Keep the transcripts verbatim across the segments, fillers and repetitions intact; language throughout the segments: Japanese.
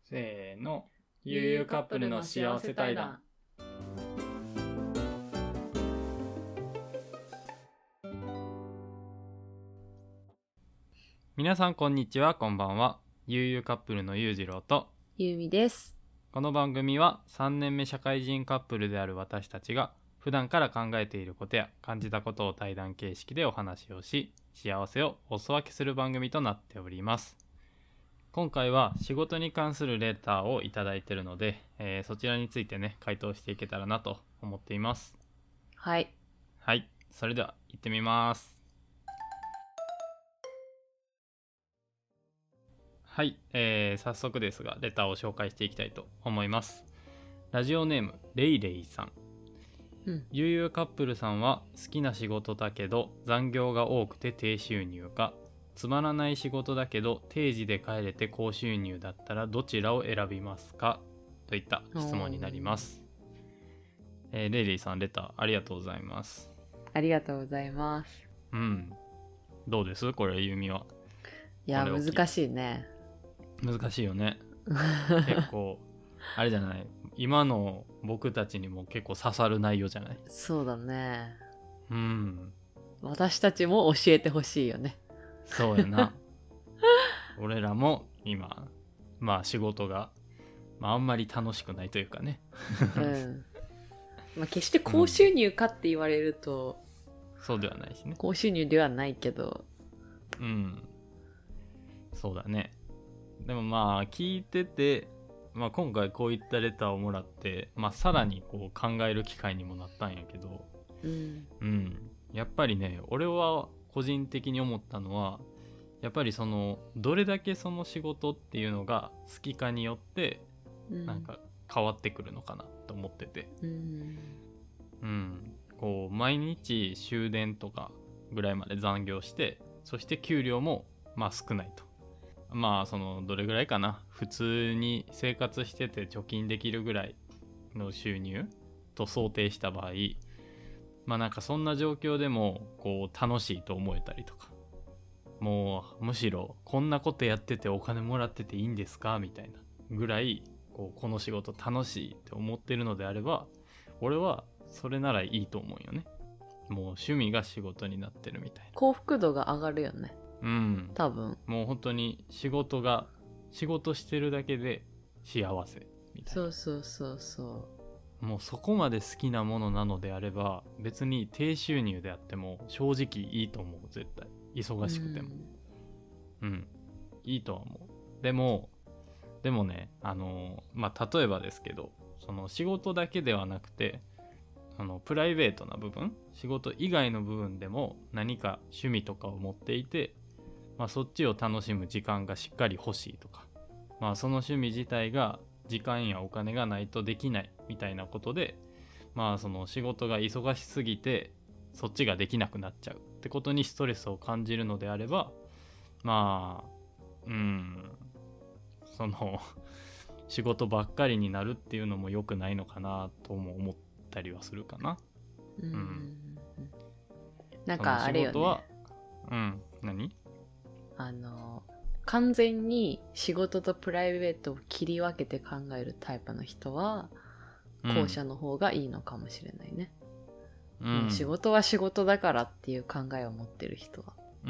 せーの、悠々カップルの幸せ対談。皆さんこんにちは、こんばんは。悠々カップルの裕次郎とゆうみです。 この番組はさんねんめ社会人カップルである私たちが普段から考えていることや感じたことを対談形式でお話をし、幸せをお裾分けする番組となっております。今回は仕事に関するレターをいただいているので、えー、そちらについてね回答していけたらなと思っています。 はいはい、それでは行ってみます。はい、えー、早速ですがレターを紹介していきたいと思います。ラジオネームレイレイさん、うん、悠々カップルさんは好きな仕事だけど残業が多くて低収入か、つまらない仕事だけど定時で帰れて高収入だったらどちらを選びますか、といった質問になります。えー、レイレイさんレターありがとうございます。 ありがとうございます。 うん、どうですこれゆみは。 いや難しいね。 難しいよね結構あれじゃない、今の僕たちにも結構刺さる内容じゃない。 そうだね。 うん、 私たちも教えてほしいよね。 そうやな俺らも今まあ仕事が、まあ、あんまり楽しくないというかねうん、まあ、決して高収入かって言われると、 うん、そうではないしね。 高収入ではないけど、 うんそうだね。でもまあ聞いてて、まあ、今回こういったレターをもらって、まあ、さらにこう考える機会にもなったんやけど、 うん、 うん、やっぱりね俺は個人的に思ったのは、やっぱりそのどれだけその仕事っていうのが好きかによってなんか変わってくるのかなと思ってて、うん、うん、こう毎日終電とかぐらいまで残業して、そして給料もまあ少ないと。まあそのどれぐらいかな、普通に生活してて貯金できるぐらいの収入と想定した場合、まあなんかそんな状況でもこう楽しいと思えたりとか、もうむしろこんなことやっててお金もらってていいんですかみたいなぐらいこうこの仕事楽しいって思ってるのであれば、俺はそれならいいと思うよね。もう趣味が仕事になってるみたいな。 幸福度が上がるよね。 うん、 多分もう本当に仕事が仕事してるだけで幸せみたいな。 そうそうそうそう。 もうそこまで好きなものなのであれば別に低収入であっても正直いいと思う。絶対忙しくてもうん、うん、いいとは思う。でもでもねあのまあ例えばですけど、その仕事だけではなくてあのプライベートな部分、仕事以外の部分でも何か趣味とかを持っていて、まあ、そっちを楽しむ時間がしっかり欲しいとか、まあ、その趣味自体が時間やお金がないとできないみたいなことで、まあその仕事が忙しすぎてそっちができなくなっちゃうってことにストレスを感じるのであれば、まあうんその仕事ばっかりになるっていうのも良くないのかなとも思ったりはするかな。 うん、 うん、 なんかあれよね。 仕事はうん何あの完全に仕事とプライベートを切り分けて考えるタイプの人は後者の方がいいのかもしれないね、うん、もう仕事は仕事だからっていう考えを持ってる人は、 うん、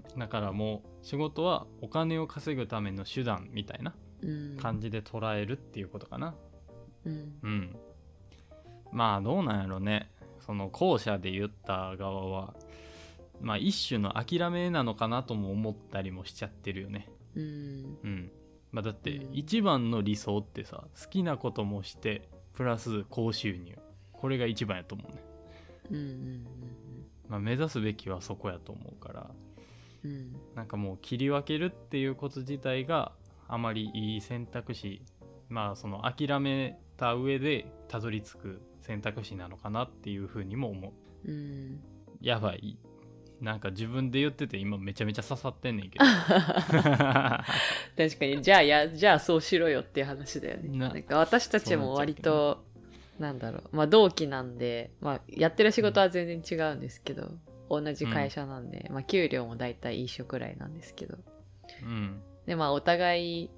だからもう仕事はお金を稼ぐための手段みたいな感じで捉えるっていうことかな。うん、うん、まあどうなんやろね。その後者で言った側はまあ一種の諦めなのかなとも思ったりもしちゃってるよね。うん、うん、まあだって一番の理想ってさ、好きなこともしてプラス高収入、これが一番やと思うね。うんうんうん、まあ目指すべきはそこやと思うから、うん、なんかもう切り分けるっていうこと自体があまりいい選択肢、まあその諦めた上でたどり着く選択肢なのかなっていうふうにも思う。うん、やばい。なんか自分で言ってて今めちゃめちゃ刺さってんねんけど確かにじゃあやじゃあそうしろよっていう話だよね。ななんか私たちも割となんだろう、まあ同期なんで、まあやってる仕事は全然違うんですけど、うん、同じ会社なんで、まあ給料もだいたい一緒くらいなんですけど、うん、でまあお互い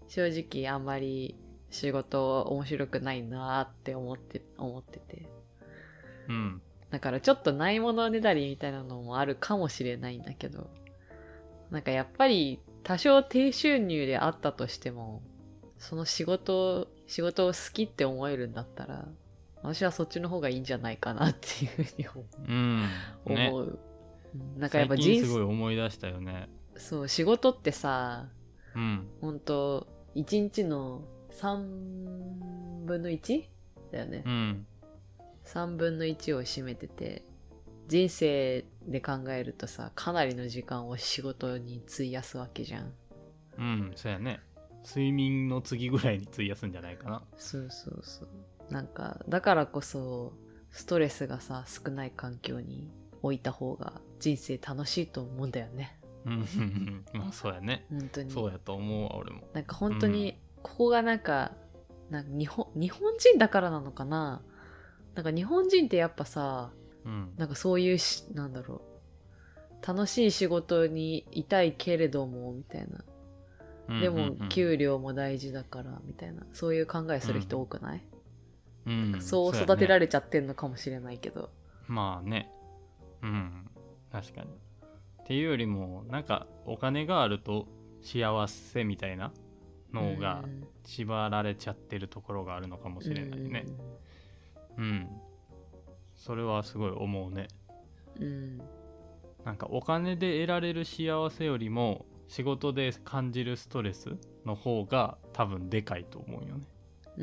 正直あんまり仕事面白くないなって思って思ってて、 うん、 だからちょっとないものねだりみたいなのもあるかもしれないんだけど、なんかやっぱり多少低収入であったとしても、その仕事仕事を好きって思えるんだったら、私はそっちの方がいいんじゃないかなっていうふうに思う、 うんね、 思う。なんかやっぱ最近すごい思い出したよね。 そう仕事ってさ、 うん、 ほんといちにちのさんぶんのいちだよね、 うん、 さんぶんのいちを占めてて、人生で考えるとさ、かなりの時間を仕事に費やすわけじゃん。 うん、そうやね。睡眠の次ぐらいに費やすんじゃないかな。 そうそうそう。なんかだからこそストレスがさ少ない環境に置いた方が人生楽しいと思うんだよね。 うん、まあそうやね。 本当に。 そうやと思うわ俺も。 なんか本当にここがなんか、うん、なんか日本日本人だからなのかな。なんか日本人ってやっぱさ、うん、なんかそういうしなんだろう、楽しい仕事にいたいけれどもみたいな、でも給料も大事だからみたいな、そういう考えする人多くない？うん、なんかそう育てられちゃってんのかもしれないけど、ね、 まあね、うん確かに。っていうよりもなんかお金があると幸せみたいなのが縛られちゃってるところがあるのかもしれないね。うん、うん、それはすごい思うね。うん、なんかお金で得られる幸せよりも仕事で感じるストレスの方が多分でかいと思うよね。うん、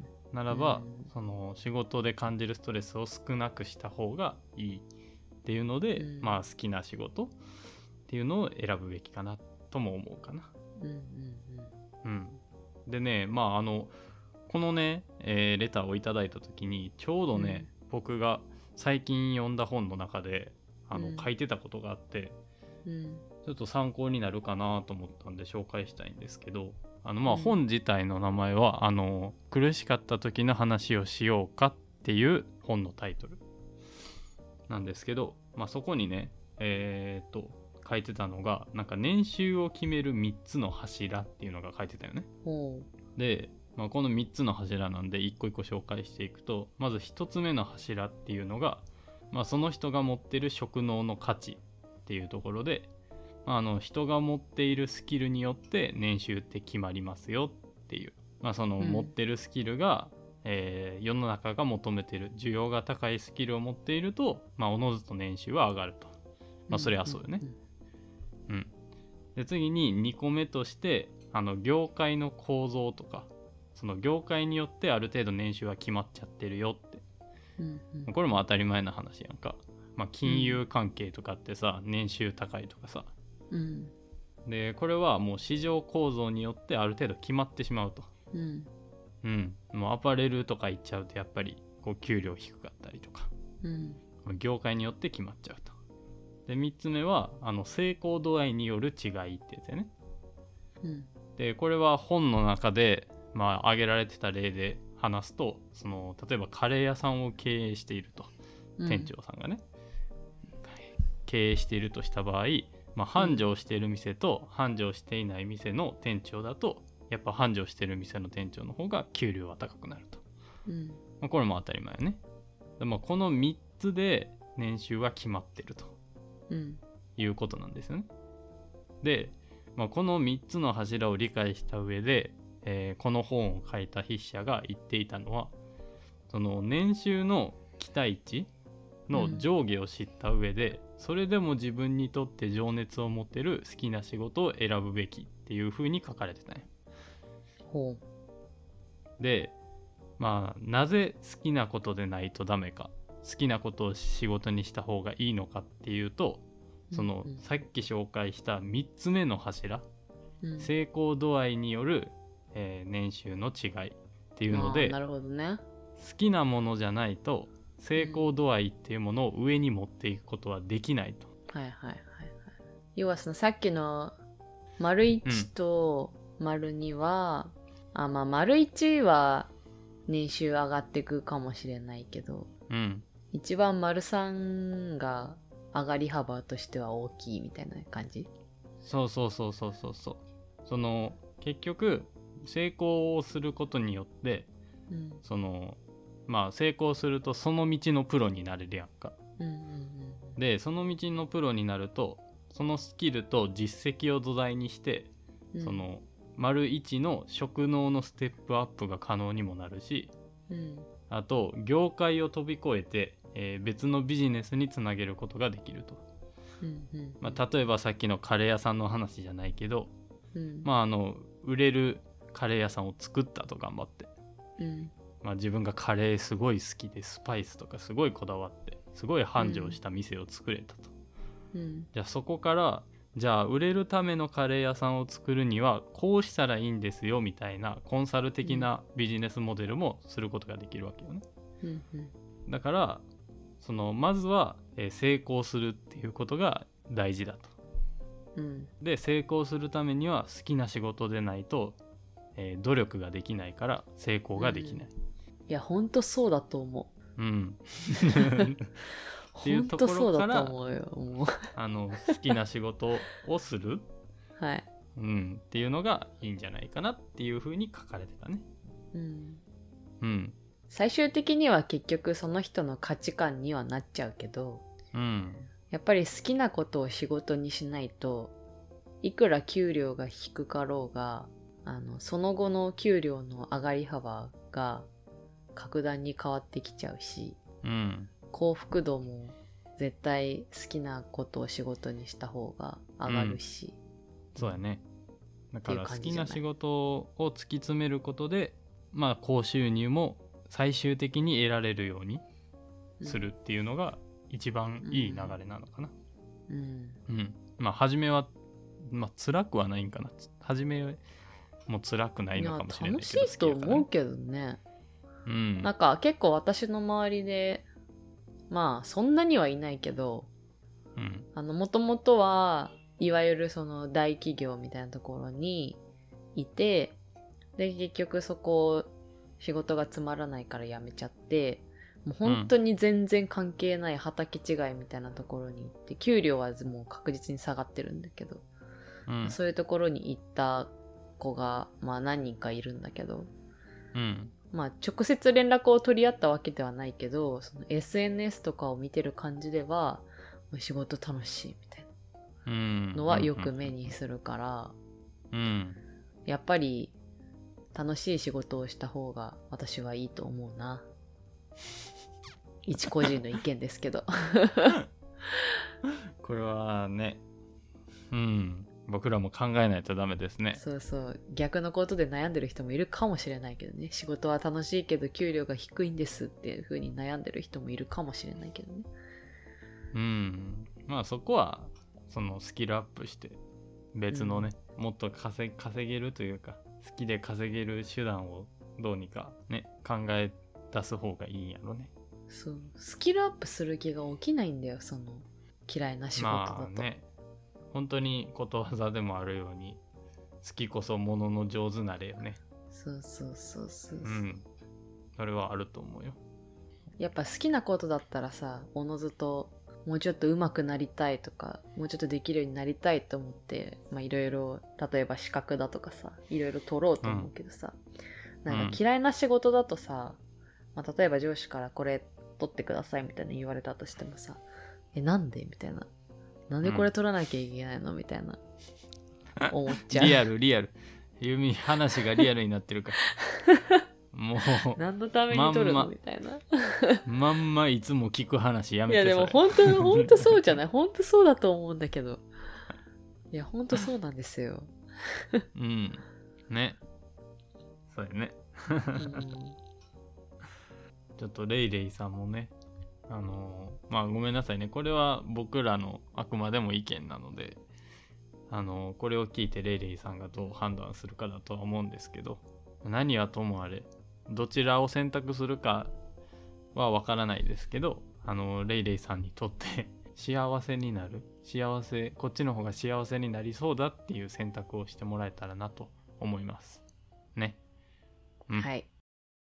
ならば、うん、その仕事で感じるストレスを少なくした方がいいっていうので、うん、まあ好きな仕事っていうのを選ぶべきかなとも思うかな。うんうんうん。うん。でね、まああのこのね、えー、レターをいただいた時にちょうどね、うん、僕が最近読んだ本の中であの、うん、書いてたことがあって、うん、ちょっと参考になるかなと思ったんで紹介したいんですけど、あのまあ本自体の名前は、うん、あの苦しかった時の話をしようかっていう本のタイトルなんですけど、まあ、そこにねえー、っと書いてたのがなんか年収を決めるみっつの柱っていうのが書いてたよね。で、まあ、このみっつの柱なんで一個一個紹介していくと、まずひとつめの柱っていうのが、まあ、その人が持ってる職能の価値っていうところで、まあ、あの人が持っているスキルによって年収って決まりますよっていう、まあ、その持ってるスキルが、うんえー、世の中が求めている需要が高いスキルを持っていると、まあ、おのずと年収は上がると。まあそれはそうよね。うん、うんうん、で次ににこめとしてあの業界の構造とかその業界によってある程度年収は決まっちゃってるよって、うんうん、これも当たり前な話やんか。まあ、金融関係とかってさ、うん、年収高いとかさ、うん、でこれはもう市場構造によってある程度決まってしまうと。うんうん、もうアパレルとか行っちゃうとやっぱりこう給料低かったりとか、うん、業界によって決まっちゃうと。でみっつめはあの成功度合いによる違いってやつやね、うん、でこれは本の中で、まあ、挙げられてた例で話すと、その例えばカレー屋さんを経営していると、うん、店長さんがね経営しているとした場合、まあ、繁盛している店と繁盛していない店の店長だとやっぱ繁盛してる店の店長の方が給料は高くなると、うんまあ、これも当たり前よね。で、まあ、このみっつで年収は決まってると、うん、いうことなんですよね。で、まあ、このみっつの柱を理解した上で、えー、この本を書いた筆者が言っていたのは、その年収の期待値の上下を知った上で、うん、それでも自分にとって情熱を持てる好きな仕事を選ぶべきっていう風に書かれてたね。ほうで、まあなぜ好きなことでないとダメか、好きなことを仕事にした方がいいのかっていうと、その、うんうん、さっき紹介したみっつめの柱、うん、成功度合いによる、えー、年収の違いっていうので、 なるほどね、 好きなものじゃないと成功度合いっていうものを上に持っていくことはできないと、 うん、はいはいはいはい。要はそのさっきの丸いちと丸には、うん、あまあ丸いちは年収上がってくかもしれないけど、うん、一番丸さんが上がり幅としては大きいみたいな感じ。 そうそうそうそうそうそう。その結局成功をすることによって、うん、そのまあ成功するとその道のプロになれるやんか、うんうんうん、でその道のプロになるとそのスキルと実績を土台にして、うん、その丸一の職能のステップアップが可能にもなるし、うん、あと業界を飛び越えて、えー、別のビジネスにつなげることができると、うんうんうんまあ、例えばさっきのカレー屋さんの話じゃないけど、うん、まああの売れるカレー屋さんを作ったと頑張って、うんまあ、自分がカレーすごい好きでスパイスとかすごいこだわってすごい繁盛した店を作れたと、うん、じゃあそこからじゃあ売れるためのカレー屋さんを作るにはこうしたらいいんですよみたいなコンサル的なビジネスモデルもすることができるわけよね、うんうん、だからそのまずは、えー、成功するっていうことが大事だと、うん、で成功するためには好きな仕事でないと、えー、努力ができないから成功ができない、うん、 いやほんとそうだと思ううんっていうところからあの好きな仕事をする、はいうん、っていうのがいいんじゃないかなっていう風に書かれてたね、うんうん、最終的には結局その人の価値観にはなっちゃうけど、うん、やっぱり好きなことを仕事にしないといくら給料が低かろうがあのその後の給料の上がり幅が格段に変わってきちゃうし、うん幸福度も絶対好きなことを仕事にした方が上がるし、 うん、そうやねだから好きな仕事を突き詰めることでまあ高収入も最終的に得られるようにするっていうのが一番いい流れなのかなうん、うん、まあ初めはまあ辛くはないんかな初めも辛くないのかもしれないけど楽しいと思うけどね、うん、なんか結構私の周りでまあそんなにはいないけど、うん、あのもともとはいわゆるその大企業みたいなところにいてで結局そこ仕事がつまらないから辞めちゃってもう本当に全然関係ない畑違いみたいなところに行って給料はもう確実に下がってるんだけど、うん、そういうところに行った子がまあ何人かいるんだけど、うんまあ直接連絡を取り合ったわけではないけどその エスエヌエス とかを見てる感じでは仕事楽しいみたいなのはよく目にするから、うんうん、やっぱり楽しい仕事をした方が私はいいと思うな一個人の意見ですけどこれはねうん僕らも考えないとダメですね。 そうそう逆のことで悩んでる人もいるかもしれないけどね仕事は楽しいけど給料が低いんですっていう風に悩んでる人もいるかもしれないけどねうんまあそこはそのスキルアップして別のね、うん、もっと稼、稼げるというか好きで稼げる手段をどうにかね考え出す方がいいんやろね。 そうスキルアップする気が起きないんだよその嫌いな仕事だと、まあね本当にことわざでもあるように好きこそものの上手なれよね。 そうそうそうそう、うん、それはあると思うよ。 やっぱ好きなことだったらさおのずともうちょっと上手くなりたいとかもうちょっとできるようになりたいと思ってまあいろいろ例えば資格だとかさいろいろ取ろうと思うけどさ、うん、なんか嫌いな仕事だとさ、まあ、例えば上司からこれ取ってくださいみたいな言われたとしてもさえなんでみたいななんでこれ取らなきゃいけないの、うん、みたいな思っちゃうリアルリアルユミ話がリアルになってるからもう何のために取るの、まんまみたいなまんまいつも聞く話やめて。 いやでも本当本当そうじゃない本当そうだと思うんだけどいや本当そうなんですようんねそうやね、うん、ちょっとレイレイさんもねあのー、まあごめんなさいねこれは僕らのあくまでも意見なのであのー、これを聞いてレイレイさんがどう判断するかだとは思うんですけど何はともあれどちらを選択するかはわからないですけどあのー、レイレイさんにとって幸せになる幸せこっちの方が幸せになりそうだっていう選択をしてもらえたらなと思いますね、うん、はい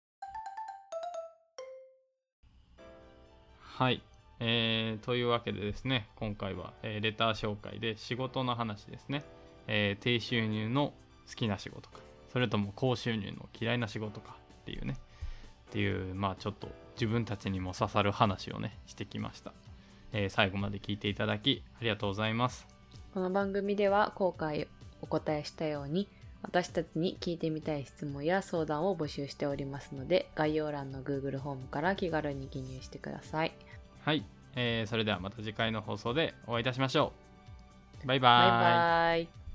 はい、えー、というわけでですね今回は、えー、レター紹介で仕事の話ですね、えー、低収入の好きな仕事か、それとも高収入の嫌いな仕事かっていうねっていう、まあちょっと自分たちにも刺さる話をねしてきました。えー、最後まで聞いていただきありがとうございます。 この番組では今回お答えしたように私たちに聞いてみたい質問や相談を募集しておりますので、概要欄の Google フォームから気軽に記入してください。 はい、えー、それではまた次回の放送でお会いいたしましょう。バイバーイ。 バイバイ。